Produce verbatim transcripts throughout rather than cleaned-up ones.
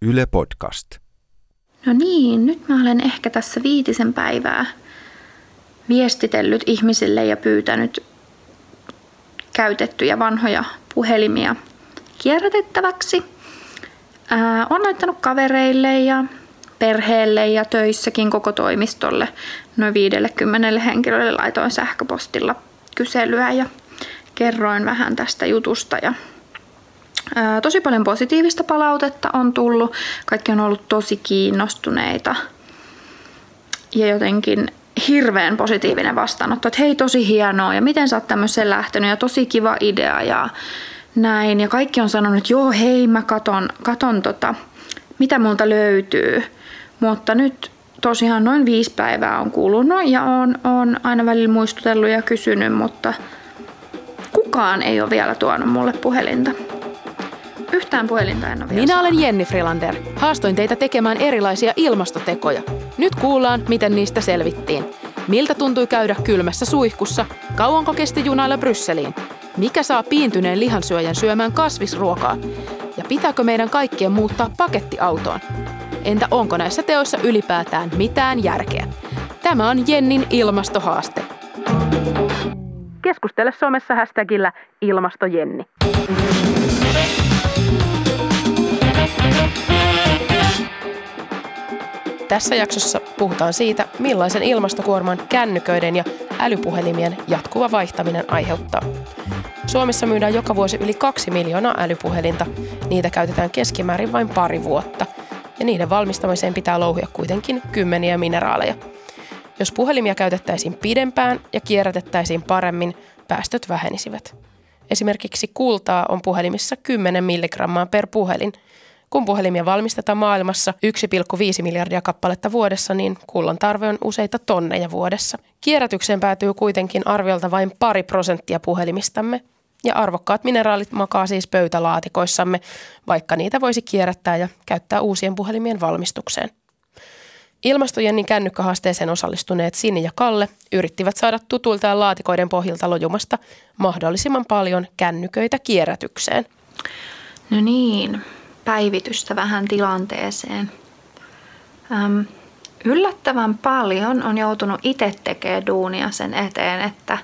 Yle Podcast. No niin, nyt mä olen ehkä tässä viitisen päivää viestitellyt ihmisille ja pyytänyt käytettyjä vanhoja puhelimia kierrätettäväksi. Ää, olen laittanut kavereille ja perheelle ja töissäkin koko toimistolle noin viisikymmentä henkilölle laitoin sähköpostilla kyselyä ja kerroin vähän tästä jutusta. Ja, ää, tosi paljon positiivista palautetta on tullut. Kaikki on ollut tosi kiinnostuneita ja jotenkin hirveän positiivinen vastaanotto, että hei, tosi hienoa ja miten sä oot tämmöiseen lähtenyt ja tosi kiva idea ja näin. Ja kaikki on sanonut, että joo, hei, mä katon, katon tota, mitä multa löytyy. Mutta nyt tosiaan noin viisi päivää on kulunut ja on, on aina välillä muistutellut ja kysynyt, mutta kukaan ei ole vielä tuonut mulle puhelinta. Yhtään puhelinta en ole vielä Minä saanut. olen Jenni Frilander. Haastoin teitä tekemään erilaisia ilmastotekoja. Nyt kuullaan, miten niistä selvittiin. Miltä tuntui käydä kylmässä suihkussa? Kauanko kesti junailla Brysseliin? Mikä saa piintyneen lihansyöjän syömään kasvisruokaa? Ja pitääkö meidän kaikkien muuttaa pakettiautoon? Entä onko näissä teoissa ylipäätään mitään järkeä? Tämä on Jennin ilmastohaaste. Keskustele somessa hashtagillä ilmastojenni. Tässä jaksossa puhutaan siitä, millaisen ilmastokuorman kännyköiden ja älypuhelimien jatkuva vaihtaminen aiheuttaa. Suomessa myydään joka vuosi yli kaksi miljoonaa älypuhelinta. Niitä käytetään keskimäärin vain pari vuotta. Ja niiden valmistamiseen pitää louhia kuitenkin kymmeniä mineraaleja. Jos puhelimia käytettäisiin pidempään ja kierrätettäisiin paremmin, päästöt vähenisivät. Esimerkiksi kultaa on puhelimissa kymmenen milligrammaa per puhelin. Kun puhelimia valmistetaan maailmassa yksi pilkku viisi miljardia kappaletta vuodessa, niin kullan tarve on useita tonneja vuodessa. Kierrätykseen päätyy kuitenkin arviolta vain pari prosenttia puhelimistamme. Ja arvokkaat mineraalit makaa siis pöytälaatikoissamme, vaikka niitä voisi kierrättää ja käyttää uusien puhelimien valmistukseen. Ilmastojennin kännykkähaasteeseen osallistuneet Sini ja Kalle yrittivät saada tutuiltaan laatikoiden pohjilta lojumasta mahdollisimman paljon kännyköitä kierrätykseen. No niin, päivitystä vähän tilanteeseen. Öm, yllättävän paljon on joutunut itse tekemään duunia sen eteen, että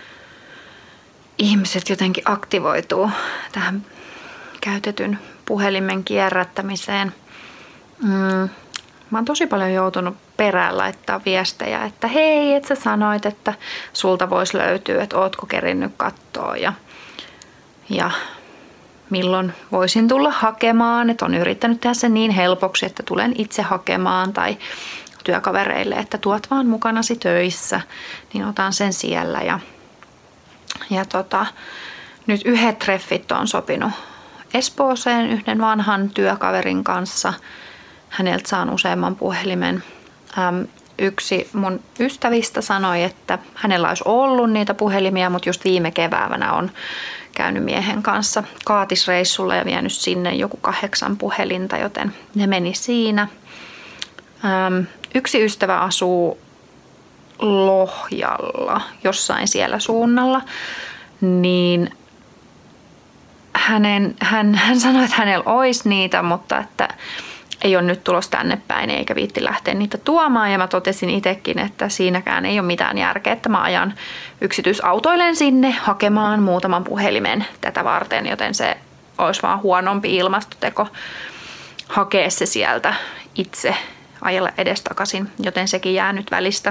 ihmiset jotenkin aktivoituu tähän käytetyn puhelimen kierrättämiseen. Mm, mä oon tosi paljon joutunut perään laittaa viestejä, että hei, et sä sanoit, että sulta voisi löytyä, että ootko kerinnyt katsoa ja, ja milloin voisin tulla hakemaan. Että on yrittänyt tehdä sen niin helpoksi, että tulen itse hakemaan tai työkavereille, että tuot vaan mukanasi töissä, niin otan sen siellä ja Ja tota, nyt yhdet treffit on sopinut Espooseen yhden vanhan työkaverin kanssa. Häneltä saan useamman puhelimen. Äm, yksi mun ystävistä sanoi, että hänellä olisi ollut niitä puhelimia, mutta just viime keväänä on käynyt miehen kanssa kaatisreissulla ja vienyt sinne joku kahdeksan puhelinta, joten ne meni siinä. Äm, yksi ystävä asuu Lohjalla, jossain siellä suunnalla, niin hänen, hän, hän sanoi, että hänellä olisi niitä, mutta että ei ole nyt tulossa tänne päin eikä viitti lähteä niitä tuomaan. Ja mä totesin itsekin, että siinäkään ei ole mitään järkeä, että mä ajan yksityisautoilen sinne hakemaan muutaman puhelimen tätä varten, joten se olisi vaan huonompi ilmastoteko hakea se sieltä itse, ajella edestakaisin, joten sekin jää nyt välistä.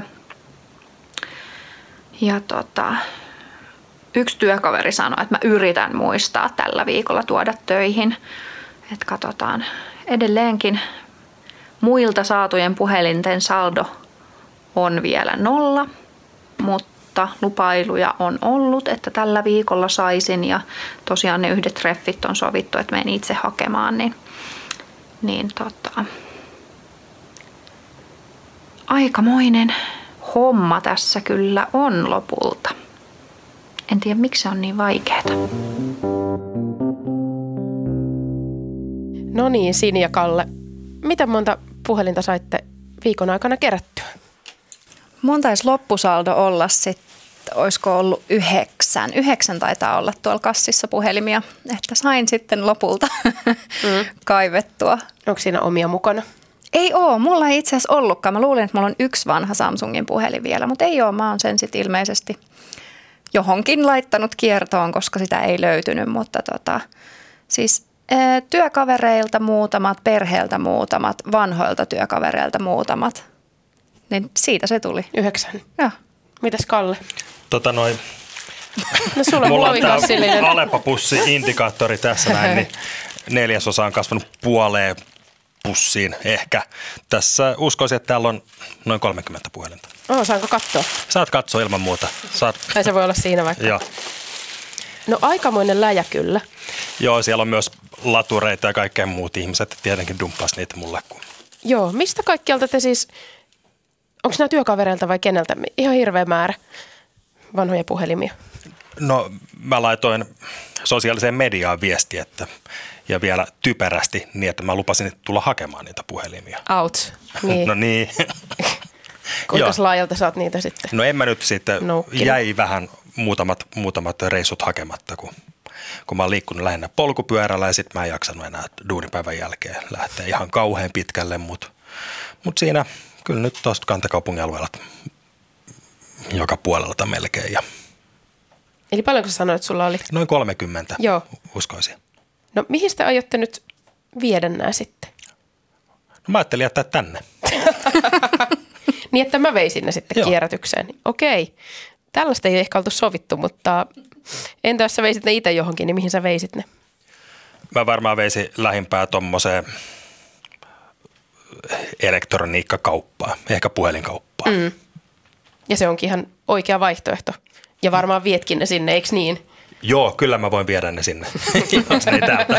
Ja tota, yksi työkaveri sanoi, että mä yritän muistaa tällä viikolla tuoda töihin. Että katsotaan edelleenkin muilta saatujen puhelinten saldo on vielä nolla, mutta lupailuja on ollut, että tällä viikolla saisin. Ja tosiaan ne yhdet treffit on sovittu, että menen itse hakemaan, niin, niin tota, aikamoinen homma tässä kyllä on lopulta. En tiedä, miksi se on niin vaikeaa. No niin, Sini ja Kalle. Miten monta puhelinta saitte viikon aikana kerättyä? Mun taisi loppusaldo olla sitten olisiko ollut yhdeksän. Yhdeksän taitaa olla tuolla kassissa puhelimia, että sain sitten lopulta mm. kaivettua. Onko siinä omia mukana? Ei oo, mulla ei itse asiassa ollutkaan. Mä luulin, että mulla on yksi vanha Samsungin puhelin vielä, mutta ei oo. Mä oon sen sitten ilmeisesti johonkin laittanut kiertoon, koska sitä ei löytynyt, mutta tota, siis ää, työkavereilta muutamat, perheeltä muutamat, vanhoilta työkavereilta muutamat, niin siitä se tuli. Yhdeksän. Joo. Mitäs Kalle? Tota noin. No sulla, Mulla on tää sillinen. Aleppa-pussi-indikaattori tässä näin, niin neljäsosa on kasvanut puoleen pussiin ehkä. Tässä uskoisin, että täällä on noin kolmekymmentä puhelinta. Oh, saanko katsoa? Saat katsoa ilman muuta. Saat... Tai se voi olla siinä vaikka. Joo. No aikamoinen läjä kyllä. Joo, siellä on myös latureita ja kaikkea muut ihmiset. Tietenkin dumppas niitä mulle. Kun... Joo, mistä kaikkialta te siis, onko nämä työkavereilta vai keneltä? Ihan hirveä määrä vanhoja puhelimia. No mä laitoin sosiaaliseen mediaan viestiä, että ja vielä typerästi niin, että mä lupasin tulla hakemaan niitä puhelimia. Out. Niin. No niin. Kuinka laajalta saat niitä sitten? No en mä nyt sitten, Noukkinut. jäi vähän muutamat, muutamat reissut hakematta, kun, kun mä oon liikkunut lähinnä polkupyörällä ja sit mä en jaksanut enää duunipäivän jälkeen lähteä ihan kauhean pitkälle, mutta mut siinä kyllä nyt tuosta kantakaupungin alueella joka puolelta melkein. Ja Eli paljonko sä sanoit, että sulla oli? noin kolmekymmentä, Joo. uskoisin. No mihin te aiotte nyt viedä nämä sitten? No, mä ajattelin jättää tänne. Niin, että mä veisin ne sitten Joo. kierrätykseen. Okei. Tällaista ei ehkä oltu sovittu, mutta entä jos sä veisit ne itse johonkin, niin mihin sä veisit ne? Mä varmaan veisin lähimpää tommoseen elektroniikkakauppaan, ehkä puhelinkauppaan. Mm. Ja se onkin ihan oikea vaihtoehto. Ja varmaan vietkin ne sinne, eikö niin? Joo, kyllä mä voin viedä ne sinne, jos ei täältä.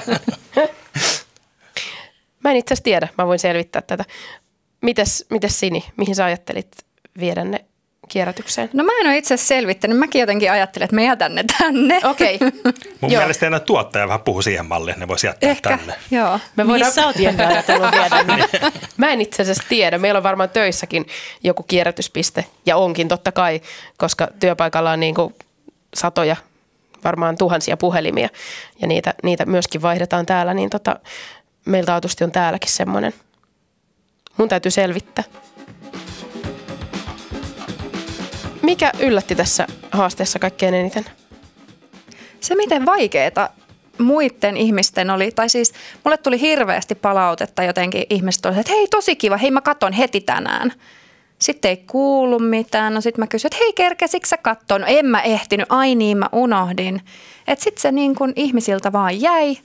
Mä en itse asiassa tiedä, mä voin selvittää tätä. Mites, mites Sini, mihin sä ajattelit viedä ne kierrätykseen? No mä en ole itse asiassa selvittänyt. Mäkin jotenkin ajattelin, että mä jätän ne tänne. Okei. Okay. Mun Joo. mielestä enää tuottaja vähän puhu siihen malliin, että ne voisi jättää Ehkä, tänne. joo. Me voidaan... Mihin sä oot Jenni ajatellut viedä ne? Mä en itse asiassa tiedä. Meillä on varmaan töissäkin joku kierrätyspiste. Ja onkin totta kai, koska työpaikalla on niin kuin satoja, varmaan tuhansia puhelimia. Ja niitä, niitä myöskin vaihdetaan täällä. Niin tota, meiltä autosti on täälläkin semmoinen. Mun täytyy selvittää. Mikä yllätti tässä haasteessa kaikkein eniten? Se, miten vaikeeta muiden ihmisten oli, tai siis mulle tuli hirveästi palautetta jotenkin ihmiset olivat, että hei tosi kiva, hei mä katon heti tänään. Sitten ei kuulu mitään, no sitten mä kysyin, että hei kerkesikö sä katsoa? No en mä ehtinyt, ai niin mä unohdin. Että sitten se niin kuin ihmisiltä vaan jäi.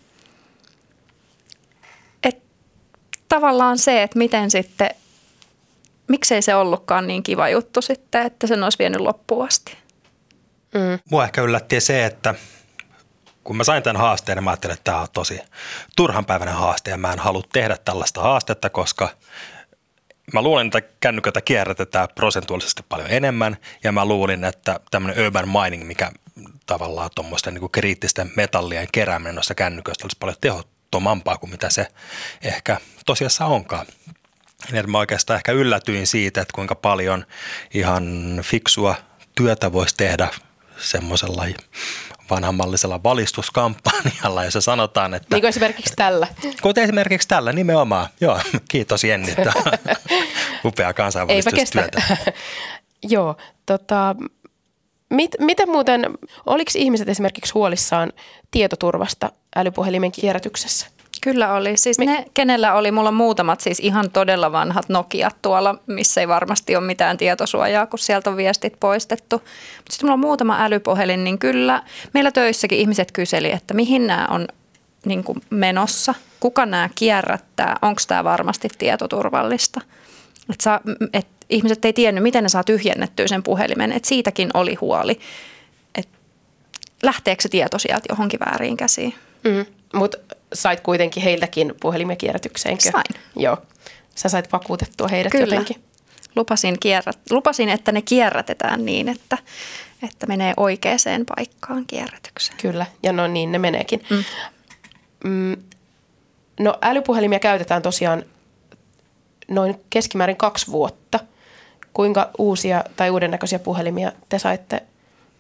Että tavallaan se, että miten sitten, miksei se ollutkaan niin kiva juttu sitten, että sen olisi vienyt loppuun asti. Mm. Mua ehkä yllätti se, että kun mä sain tämän haasteen, niin mä ajattelin, että tämä on tosi turhanpäiväinen haaste ja mä en halua tehdä tällaista haastetta, koska mä luulin, että kännyköitä kierrätetään prosentuaalisesti paljon enemmän ja mä luulin, että tämmöinen urban mining, mikä tavallaan tuommoisten niin kuin kriittisten metallien kerääminen noissa kännyköistä olisi paljon tehottomampaa kuin mitä se ehkä tosiassa onkaan. Niin mä oikeastaan ehkä yllätyin siitä, että kuinka paljon ihan fiksua työtä voisi tehdä semmoisella vanhammallisella valistuskampanjalla, jossa sanotaan, että... Niin kuin esimerkiksi tällä. Kuten esimerkiksi tällä nimenomaan. Joo, kiitos Jenni. Upea kansainvälistystyötä. Eipä kestä. Joo, tota, mit, miten muuten, oliko ihmiset esimerkiksi huolissaan tietoturvasta älypuhelimen kierrätyksessä? Kyllä oli. Siis ne, kenellä oli, mulla on muutamat siis ihan todella vanhat Nokiat tuolla, missä ei varmasti ole mitään tietosuojaa, kun sieltä on viestit poistettu. Mutta sitten mulla on muutama älypuhelin, niin kyllä meillä töissäkin ihmiset kyseli, että mihin nämä on niin kuin menossa, kuka nämä kierrättää, onko tämä varmasti tietoturvallista. Että saa, et ihmiset ei tiennyt, miten ne saa tyhjennettyä sen puhelimen, että siitäkin oli huoli, että lähteekö se tieto sieltä johonkin väärin käsiin. Mm. Mutta sait kuitenkin heiltäkin puhelimia kierrätykseenkö? Sain. Joo. Sä sait vakuutettua heidät Kyllä. jotenkin. Lupasin, kierrät, lupasin, että ne kierrätetään niin, että, että menee oikeaan paikkaan kierrätykseen. Kyllä, ja no niin ne meneekin. Mm. Mm, no älypuhelimia käytetään tosiaan noin keskimäärin kaksi vuotta. Kuinka uusia tai uudennäköisiä puhelimia te saitte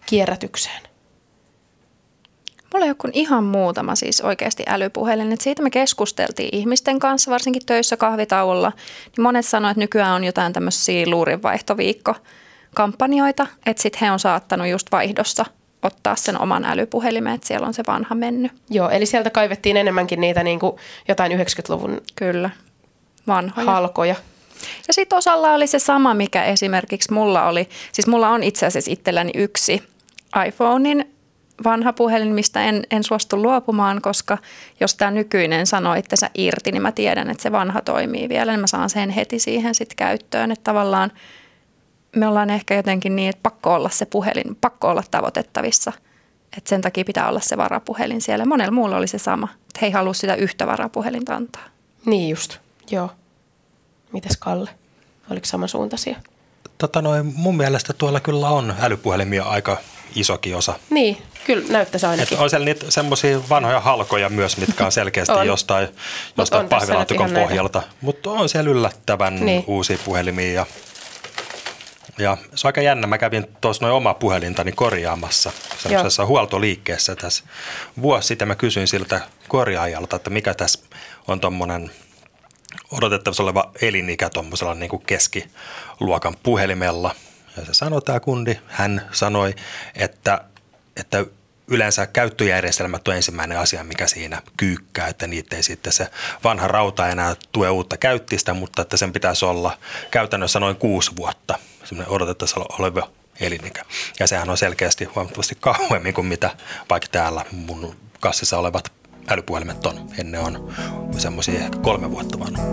kierrätykseen? Mulla on joku ihan muutama siis oikeasti älypuhelin. Että siitä me keskusteltiin ihmisten kanssa, varsinkin töissä kahvitauolla. Niin monet sanoivat, että nykyään on jotain tämmöisiä luurinvaihtoviikko-kampanjoita. Että sitten he on saattanut just vaihdossa ottaa sen oman älypuhelimen, että siellä on se vanha mennyt. Joo, eli sieltä kaivettiin enemmänkin niitä niin kuin jotain yhdeksänkymmentäluvun Kyllä, vanhoja. halkoja. Ja sitten osalla oli se sama, mikä esimerkiksi mulla oli. Siis mulla on itse asiassa itselläni yksi iPhonein vanha puhelin, mistä en, en suostu luopumaan, koska jos tämä nykyinen sanoo itsensä irti, niin mä tiedän, että se vanha toimii vielä, niin mä saan sen heti siihen sitten käyttöön. Että tavallaan me ollaan ehkä jotenkin niin, että pakko olla se puhelin, pakko olla tavoitettavissa. Että sen takia pitää olla se varapuhelin siellä. Monella muulla oli se sama, että he ei halua sitä yhtä varapuhelinta antaa. Niin just, joo. Mites Kalle? Oliko samansuuntaisia? Tota noin, mun mielestä tuolla kyllä on älypuhelimia aika isokin osa. Niin, kyllä näyttäisi ainakin. Et on siellä niitä semmoisia vanhoja halkoja myös, mitkä on selkeästi on. jostain, jostain on tässä pahvilaatikon nyt ihan pohjalta. Mutta on siellä yllättävän Niin. uusia puhelimia. Ja, ja se on aika jännä. Mä kävin tuossa noin omaa puhelintani korjaamassa semmoisessa huoltoliikkeessä tässä vuosi sitten. Mä kysyin siltä korjaajalta, että mikä tässä on tuommoinen odotettavissa oleva elinikä tuommoisella niin kuin keskiluokan puhelimella. Ja se sanoi tämä kundi, hän sanoi, että, että yleensä käyttöjärjestelmät on ensimmäinen asia, mikä siinä kyykkää, että niitä ei sitten se vanha rauta enää tue uutta käyttistä, mutta että sen pitäisi olla käytännössä noin kuusi vuotta, semmoinen odotettavissa oleva elinikä. Ja sehän on selkeästi huomattavasti kauemmin kuin mitä vaikka täällä mun kassissa olevat älypuhelimet on. Ennen on semmoisia ehkä kolme vuotta vanha.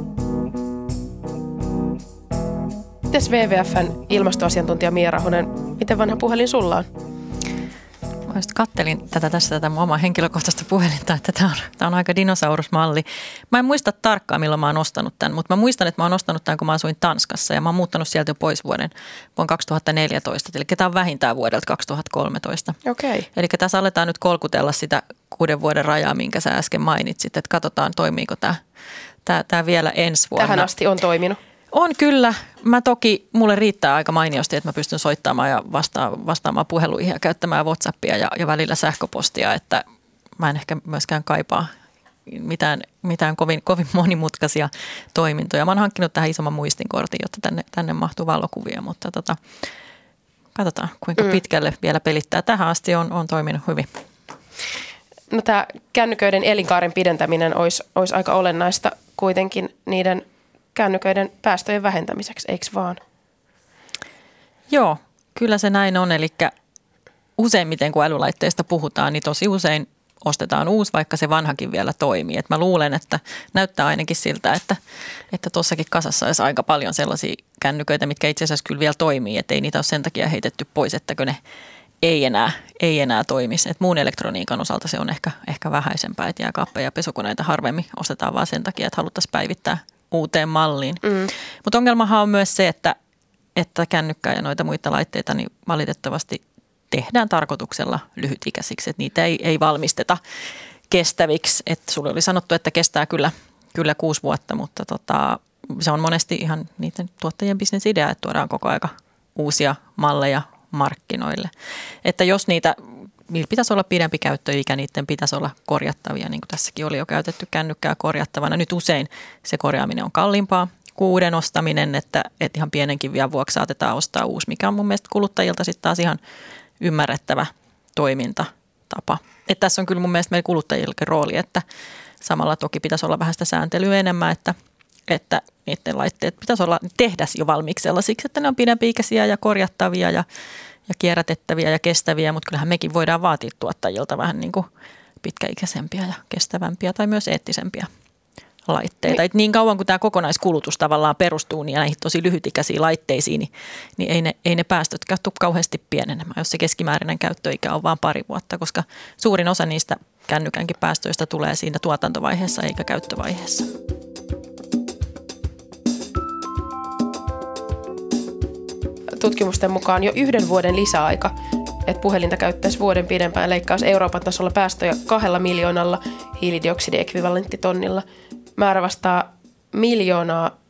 Mites W W F:n ilmastoasiantuntija Mia Rahonen, miten vanha puhelin sulla on? Mä just kattelin tätä tässä, tätä mun omaa henkilökohtaista puhelinta, että tämä on, tämä on aika dinosaurusmalli. Mä en muista tarkkaan, milloin mä oon ostanut tämän, mutta mä muistan, että mä oon ostanut tämän, kun mä asuin Tanskassa ja mä oon muuttanut sieltä jo pois vuoden, vuonna kaksituhattaneljätoista. Eli tämä on vähintään vuodelta kaksituhattakolmetoista. Okei. Okay. Eli tässä aletaan nyt kolkutella sitä kuuden vuoden rajaa, minkä sä äsken mainitsit, että katsotaan toimiiko tämä, tämä, tämä vielä ensi vuonna. Tähän asti on toiminut. On kyllä. Mä toki, mulle riittää aika mainiosti, että mä pystyn soittamaan ja vasta- vastaamaan puheluihin ja käyttämään WhatsAppia ja, ja välillä sähköpostia, että mä en ehkä myöskään kaipaa mitään, mitään kovin, kovin monimutkaisia toimintoja. Mä oon hankkinut tähän isomman muistinkortin, jotta tänne, tänne mahtuu valokuvia, mutta tota, katsotaan kuinka mm. pitkälle vielä pelittää. Tähän asti on, on toiminut hyvin. No tämä kännyköiden elinkaaren pidentäminen olisi, olisi aika olennaista kuitenkin niiden kännyköiden päästöjen vähentämiseksi, eikö vaan? Joo, kyllä se näin on. Eli useimmiten kun älylaitteista puhutaan, niin tosi usein ostetaan uusi, vaikka se vanhakin vielä toimii. Et mä luulen, että näyttää ainakin siltä, että että tuossakin kasassa olisi aika paljon sellaisia kännyköitä, mitkä itse asiassa kyllä vielä toimii, että ei niitä ole sen takia heitetty pois, ettäkö ne ei enää, ei enää toimisi. Et muun elektroniikan osalta se on ehkä, ehkä vähäisempää, että jääkaappeja ja pesukoneita harvemmin ostetaan vaan sen takia, että haluttaisiin päivittää uuteen malliin. Mm. Mutta ongelmahan on myös se, että, että kännykkää ja noita muita laitteita niin valitettavasti tehdään tarkoituksella lyhytikäisiksi, että niitä ei, ei valmisteta kestäviksi. Että sulle oli sanottu, että kestää kyllä, kyllä kuusi vuotta, mutta tota, se on monesti ihan niiden tuottajien bisnesidea, että tuodaan koko aika uusia malleja markkinoille. Että jos niitä, niillä pitäisi olla pidempi käyttöikä, niiden pitäisi olla korjattavia, niin kuin tässäkin oli jo käytetty kännykkää korjattavana. Nyt usein se korjaaminen on kalliimpaa kuin uuden ostaminen, että, että ihan pienenkin vielä vuoksi saatetaan ostaa uusi, mikä on mun mielestä kuluttajilta sitten taas ihan ymmärrettävä toimintatapa. Että tässä on kyllä mun mielestä meillä kuluttajillekin rooli, että samalla toki pitäisi olla vähän sitä sääntelyä enemmän, että, että niiden laitteet pitäisi olla, tehdä jo valmiiksi sellaisiksi, että ne on pidempiikäisiä ja korjattavia ja, ja kierrätettäviä ja kestäviä, mutta kyllähän mekin voidaan vaatia tuottajilta vähän niin kuin pitkäikäisempiä ja kestävämpiä tai myös eettisempiä laitteita. Niin. niin kauan kuin tämä kokonaiskulutus tavallaan perustuu niin näihin tosi lyhytikäisiin laitteisiin, niin, niin ei, ne, ei ne päästötkään tule kauheasti pienenemään, jos se keskimääräinen käyttöikä on vain pari vuotta, koska suurin osa niistä kännykänkin päästöistä tulee siinä tuotantovaiheessa eikä käyttövaiheessa. Tutkimusten mukaan jo yhden vuoden lisäaika, että puhelinta käyttäisi vuoden pidempään, leikkaus Euroopan tasolla päästöjä kahdella miljoonalla hiilidioksidiekvivalenttitonnilla. Määrä vastaa miljoonaa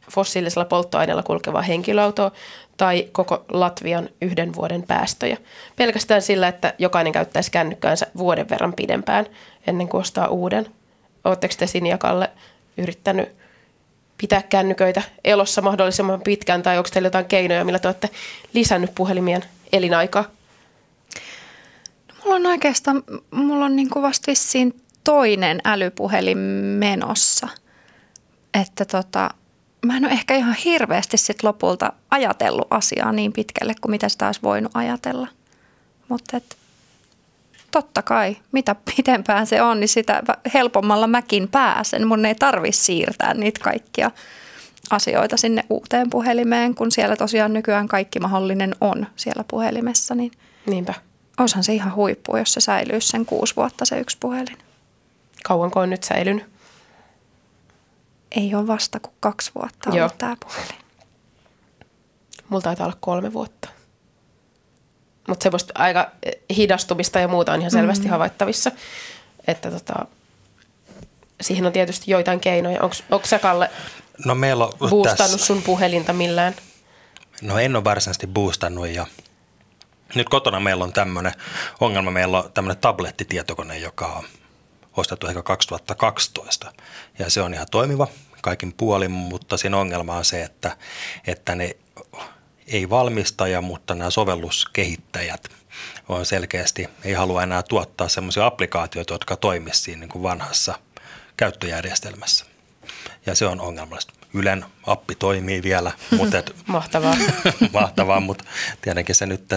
fossiilisella polttoaineella kulkevaa henkilöautoa tai koko Latvian yhden vuoden päästöjä. Pelkästään sillä, että jokainen käyttäisi kännykkäänsä vuoden verran pidempään ennen kuin ostaa uuden. Oletteko te, Sini ja Kalle, yrittänyt pitää kännyköitä elossa mahdollisimman pitkään, tai onko teillä jotain keinoja, millä te olette lisännyt puhelimien elinaikaa? No, mulla on oikeastaan, mulla on niin kuin vasta vissiin toinen älypuhelin menossa. Että tota, mä en ole ehkä ihan hirveästi sit lopulta ajatellut asiaa niin pitkälle kuin mitä sitä olisi voinut ajatella. Mutta et, totta kai, mitä pitempään se on, niin sitä helpommalla mäkin pääsen. Mun ei tarvitse siirtää niitä kaikkia asioita sinne uuteen puhelimeen, kun siellä tosiaan nykyään kaikki mahdollinen on siellä puhelimessa. Niin Niinpä. olisihan se ihan huippu, jos se säilyisi sen kuusi vuotta se yksi puhelin. Kauanko on nyt säilynyt? Ei ole vasta kuin kaksi vuotta ollut Joo. tämä puhelin. Mulla taitaa olla kolme vuotta. Mutta semmoista aika hidastumista ja muuta on ihan selvästi mm. havaittavissa. Että tota, siihen on tietysti joitain keinoja. Onko sä, Kalle, no meillä on boostannut tässä sun puhelinta millään? No en ole varsinaisesti boostannut ja nyt kotona meillä on tämmöinen ongelma. Meillä on tämmöinen tablettitietokone, joka on ostettu ehkä kaksituhattakaksitoista ja se on ihan toimiva kaikin puolin, mutta siinä ongelma on se, että, että ne ei valmistaja, mutta nämä sovelluskehittäjät on selkeästi, ei halua enää tuottaa semmoisia applikaatioita, jotka toimisivat siinä niin kuin vanhassa käyttöjärjestelmässä. Ja se on ongelmallista. Ylen appi toimii vielä, mutta et, mahtavaa. mahtavaa, mutta tietenkin se nyt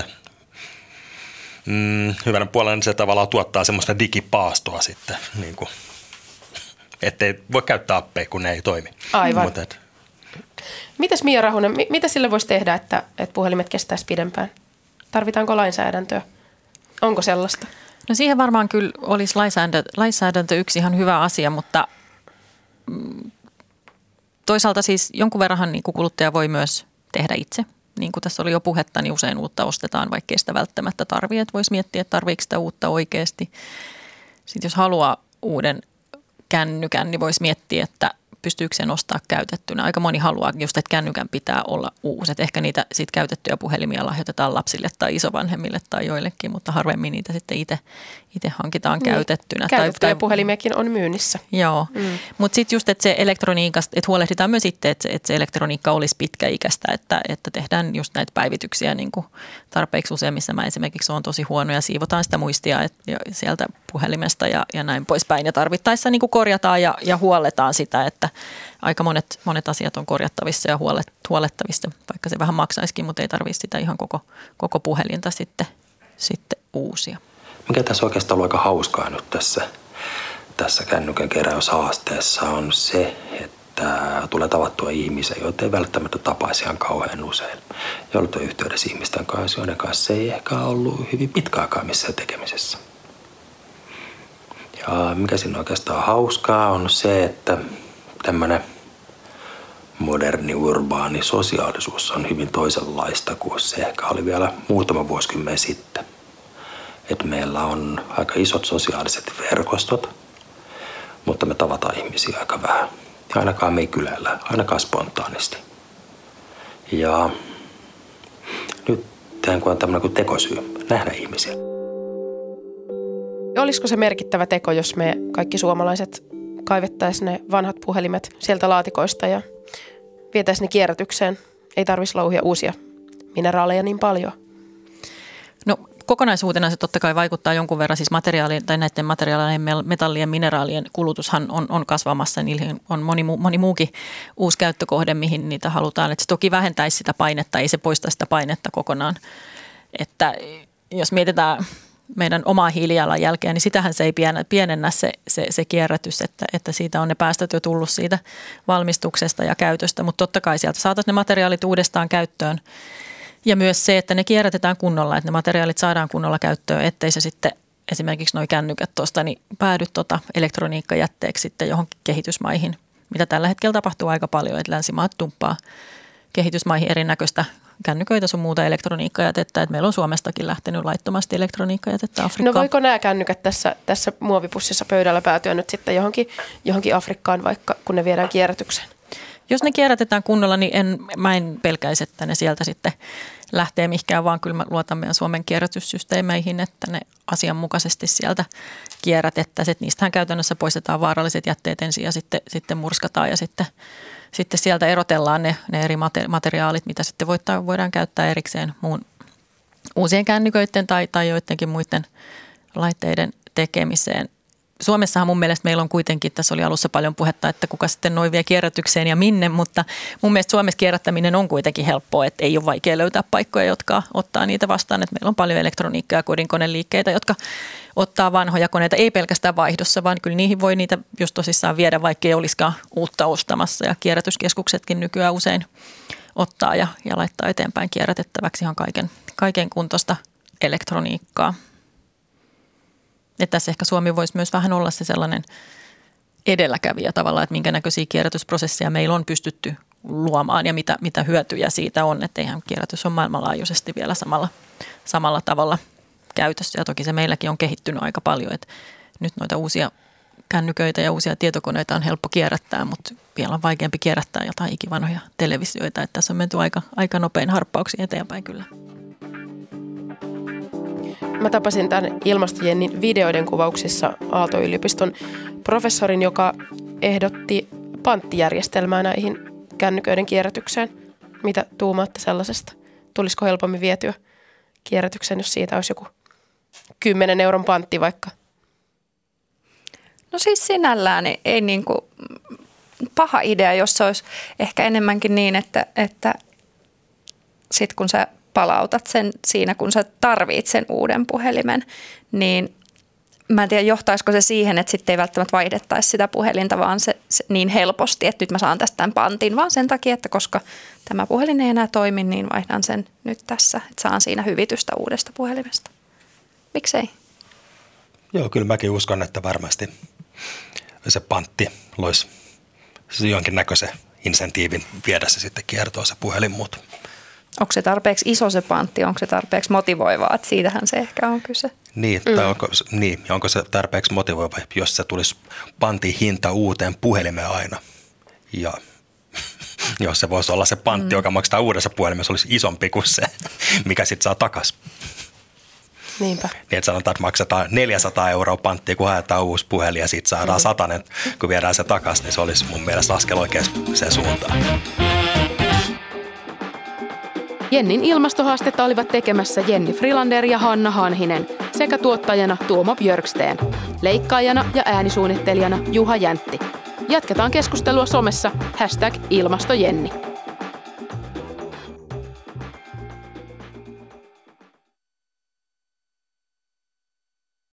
mm, hyvänä puolella se tavallaan tuottaa semmoista digipaastoa sitten, niin kuin, ettei voi käyttää appeja, kun ne ei toimi. Aivan. Mut et, Mitäs Mia Rahunen, mitä sille voisi tehdä, että, että puhelimet kestäisi pidempään? Tarvitaanko lainsäädäntöä? Onko sellaista? No siihen varmaan kyllä olisi lainsäädäntö, lainsäädäntö yksi ihan hyvä asia, mutta mm, toisaalta siis jonkun verran niin kuin kuluttaja voi myös tehdä itse. Niin kuin tässä oli jo puhetta, niin usein uutta ostetaan, vaikka ei sitä välttämättä tarvitse. Että voisi miettiä, että tarvitseeko sitä uutta oikeasti. Sitten jos haluaa uuden kännykän, niin voisi miettiä, että pystyykö sen ostaa käytettynä. Aika moni haluaa just, että kännykän pitää olla uusi. Että ehkä niitä sit käytettyjä puhelimia lahjoitetaan lapsille tai isovanhemmille tai joillekin, mutta harvemmin niitä sitten itse, itse hankitaan niin, käytettynä. Käytettyjä tai, tai, puhelimiakin on myynnissä. Joo, mm. mutta sitten just, että se elektroniikasta, että huolehditaan myös sitten, että se, että se elektroniikka olisi pitkäikäistä, että, että tehdään just näitä päivityksiä niin kuin tarpeeksi usein, missä mä esimerkiksi on tosi huono ja siivotaan sitä muistia et, ja sieltä puhelimesta ja, ja näin poispäin. Ja tarvittaessa niin kuin korjataan ja, ja huolletaan sitä, että aika monet, monet asiat on korjattavissa ja huolet, huolettavissa, vaikka se vähän maksaisikin, mutta ei tarvitse sitä ihan koko, koko puhelinta sitten, sitten uusia. Mikä tässä oikeastaan on aika hauskaa nyt tässä, tässä kännykän keräyshaasteessa on se, että tulee tavattua ihmisiä, joita ei välttämättä tapaisi ihan kauhean usein. Joilla on yhteydessä ihmisten kanssa, joiden kanssa ei ehkä ollut hyvin pitkä aikaa missään tekemisessä. Ja mikä siinä oikeastaan on hauskaa on se, että tämmöinen moderni, urbaani sosiaalisuus on hyvin toisenlaista kuin se ehkä oli vielä muutama vuosikymmen sitten. Että meillä on aika isot sosiaaliset verkostot, mutta me tavataan ihmisiä aika vähän. Ja ainakaan me ei kyläillä, ainakaan spontaanisti. Ja nyt kun on tämmöinen kuin tekosyy, nähdä ihmisiä. Olisiko se merkittävä teko, jos me kaikki suomalaiset kaivettaisiin ne vanhat puhelimet sieltä laatikoista ja vietäisiin ne kierrätykseen? Ei tarvitsisi louhia uusia mineraaleja niin paljon. No kokonaisuutena se totta kai vaikuttaa jonkun verran, siis materiaalien tai näiden materiaalien, metallien, mineraalien kulutushan on, on kasvamassa. Niillä on moni, moni muukin uusi käyttökohde, mihin niitä halutaan. Että se toki vähentäisi sitä painetta, ei se poista sitä painetta kokonaan. Että jos mietitään meidän omaa hiilijalanjälkeä, niin sitähän se ei pienennä se, se, se kierrätys, että, että siitä on ne päästöt jo tullut siitä valmistuksesta ja käytöstä. Mutta totta kai sieltä saataisiin ne materiaalit uudestaan käyttöön. Ja myös se, että ne kierrätetään kunnolla, että ne materiaalit saadaan kunnolla käyttöön, ettei se sitten esimerkiksi nuo kännykät tuosta niin päädy tuota elektroniikkajätteeksi sitten johonkin kehitysmaihin, mitä tällä hetkellä tapahtuu aika paljon, että länsimaat dumppaa kehitysmaihin erinäköistä kännyköitä sun muuta elektroniikkajätettä, että meillä on Suomestakin lähtenyt laittomasti elektroniikkajätettä Afrikkaan. No voiko nämä kännykät tässä, tässä muovipussissa pöydällä päätyä nyt sitten johonkin, johonkin Afrikkaan vaikka, kun ne viedään kierrätykseen? Jos ne kierrätetään kunnolla, niin en, mä en pelkäisi, että ne sieltä sitten lähtee mihinkään, vaan kyllä mä luotan meidän Suomen kierrätyssysteemeihin, että ne asianmukaisesti sieltä kierrätettäisiin. Että niistähän käytännössä poistetaan vaaralliset jätteet ensin ja sitten, sitten murskataan ja sitten, sitten sieltä erotellaan ne, ne eri materiaalit, mitä sitten voidaan käyttää erikseen muun, uusien kännyköiden tai, tai joidenkin muiden laitteiden tekemiseen. Suomessahan mun mielestä meillä on kuitenkin, tässä oli alussa paljon puhetta, että kuka sitten noin vie kierrätykseen ja minne, mutta mun mielestä Suomessa kierrättäminen on kuitenkin helppoa, että ei ole vaikea löytää paikkoja, jotka ottaa niitä vastaan. Että meillä on paljon elektroniikkaa ja kodinkoneliikkeitä, jotka ottaa vanhoja koneita, ei pelkästään vaihdossa, vaan kyllä niihin voi niitä just tosissaan viedä, vaikka ei olisikaan uutta ostamassa. Ja kierrätyskeskuksetkin nykyään usein ottaa ja, ja laittaa eteenpäin kierrätettäväksi ihan kaiken, kaiken kuntoista elektroniikkaa. Että tässä ehkä Suomi voisi myös vähän olla se sellainen edelläkävijä tavallaan, että minkä näköisiä kierrätysprosesseja meillä on pystytty luomaan ja mitä, mitä hyötyjä siitä on. Että eihän kierrätys ole maailmanlaajuisesti vielä samalla, samalla tavalla käytössä. Ja toki se meilläkin on kehittynyt aika paljon, että nyt noita uusia kännyköitä ja uusia tietokoneita on helppo kierrättää, mutta vielä on vaikeampi kierrättää jotain ikivanhoja televisioita. Että tässä on menty aika, aika nopein harppauksia eteenpäin kyllä. Mä tapasin tämän Ilmastojennin videoiden kuvauksissa Aalto-yliopiston professorin, joka ehdotti panttijärjestelmää näihin kännyköiden kierrätykseen. Mitä tuumaatte sellaisesta? Tulisiko helpommin vietyä kierrätykseen, jos siitä olisi joku kymmenen euron pantti vaikka? No siis sinällään ei niin kuin paha idea, jos se olisi ehkä enemmänkin niin, että, että sit kun sä palautat sen siinä, kun sä tarvit sen uuden puhelimen, niin mä en tiedä, johtaisiko se siihen, että sitten ei välttämättä vaihdettaisi sitä puhelinta, vaan se, se niin helposti, että nyt mä saan tästä tämän pantin, vaan sen takia, että koska tämä puhelin ei enää toimi, niin vaihdan sen nyt tässä, että saan siinä hyvitystä uudesta puhelimesta. Miksei? Joo, kyllä mäkin uskon, että varmasti se pantti loisi jonkinnäköisen insentiivin viedä se sitten kiertoon se puhelin, mutta onko se tarpeeksi iso se pantti, onko se tarpeeksi motivoivaa, että siitähän se ehkä on kyse. Niin, mm. tai onko, niin, onko se tarpeeksi motivoiva, jos se tulisi pantin hinta uuteen puhelimeen aina. Ja jos se voisi olla se pantti, mm. joka maksaa uudessa puhelimessa, olisi isompi kuin se, mikä sitten saa takaisin. Niinpä. Niin, että sanotaan, että maksetaan neljäsataa euroa panttia, kun haetaan uusi puhelin ja sitten saadaan mm. satanen, kun viedään se takaisin, niin se olisi mun mielestä askel oikeaan suuntaan. Jennin ilmastohaastetta olivat tekemässä Jenni Frilander ja Hanna Hanhinen sekä tuottajana Tuomo Björksten, leikkaajana ja äänisuunnittelijana Juha Jäntti. Jatketaan keskustelua somessa hashtag ilmastojenni.